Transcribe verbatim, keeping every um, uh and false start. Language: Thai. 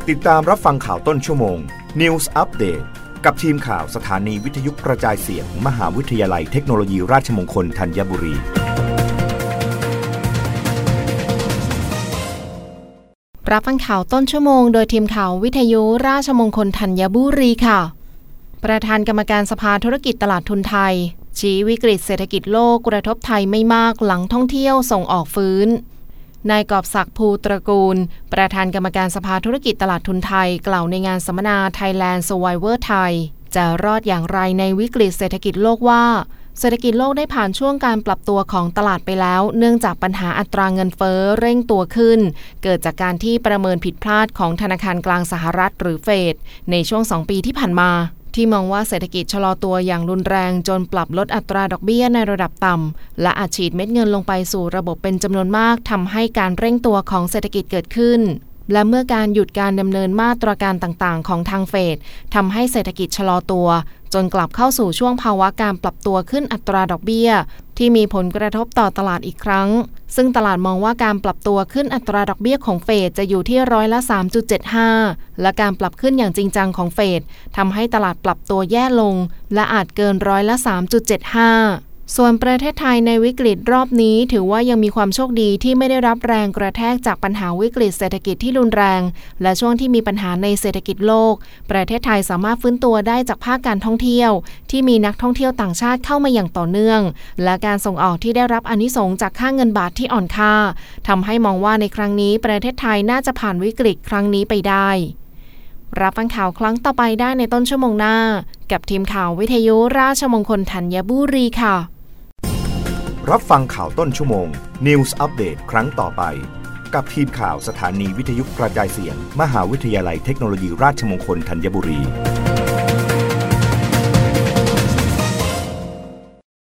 ติดตามรับฟังข่าวต้นชั่วโมง News Update กับทีมข่าวสถานีวิทยุกระจายเสียง มหาวิทยาลัยเทคโนโลยีราชมงคลธัญบุรีรับฟังข่าวต้นชั่วโมงโดยทีมข่าววิทยุราชมงคลธัญบุรีค่ะประธานกรรมการสภาธุรกิจตลาดทุนไทยชี้วิกฤตเศรษฐกิจโลกกระทบไทยไม่มากหลังท่องเที่ยวส่งออกฟื้นนายกอบศักดิ์ภูตระกูลประธานกรรมการสภาธุรกิจตลาดทุนไทยกล่าวในงานสัมมนา Thailand Survivor Thai จะรอดอย่างไรในวิกฤตเศรษฐกิจโลกว่าเศรษฐกิจโลกได้ผ่านช่วงการปรับตัวของตลาดไปแล้วเนื่องจากปัญหาอัตราเงินเฟ้อเร่งตัวขึ้นเกิดจากการที่ประเมินผิดพลาดของธนาคารกลางสหรัฐหรือเฟดในช่วงสองปีที่ผ่านมาที่มองว่าเศรษฐกิจชะลอตัวอย่างรุนแรงจนปรับลดอัตราดอกเบี้ยในระดับต่ำและอาจฉีดเม็ดเงินลงไปสู่ระบบเป็นจำนวนมากทำให้การเร่งตัวของเศรษฐกิจเกิดขึ้นและเมื่อการหยุดการดำเนินมาตรการต่างๆของทางเฟดทำให้เศรษฐกิจชะลอตัวจนกลับเข้าสู่ช่วงภาวะการปรับตัวขึ้นอัตราดอกเบี้ยที่มีผลกระทบต่อตลาดอีกครั้งซึ่งตลาดมองว่าการปรับตัวขึ้นอัตราดอกเบี้ยของเฟดจะอยู่ที่ร้อยละ สามจุดเจ็ดห้า และการปรับขึ้นอย่างจริงจังของเฟดทำให้ตลาดปรับตัวแย่ลงและอาจเกินร้อยละ สามจุดเจ็ดห้าส่วนประเทศไทยในวิกฤตรอบนี้ถือว่ายังมีความโชคดีที่ไม่ได้รับแรงกระแทกจากปัญหาวิกฤตเศรษฐกิจที่รุนแรงและช่วงที่มีปัญหาในเศรษฐกิจโลกประเทศไทยสามารถฟื้นตัวได้จากภาคการท่องเที่ยวที่มีนักท่องเที่ยวต่างชาติเข้ามาอย่างต่อเนื่องและการส่งออกที่ได้รับอานิสงส์จากค่าเงินบาทที่อ่อนค่าทำให้มองว่าในครั้งนี้ประเทศไทยน่าจะผ่านวิกฤตครั้งนี้ไปได้รับฟังข่าวครั้งต่อไปได้ในต้นชั่วโมงหน้ากับทีมข่าววิทยุราชมงคลธัญบุรีค่ะรับฟังข่าวต้นชั่วโมง News Update ครั้งต่อไปกับทีมข่าวสถานีวิทยุกระจายเสียง มหาวิทยาลัยเทคโนโลยีราชมงคลธัญบุรี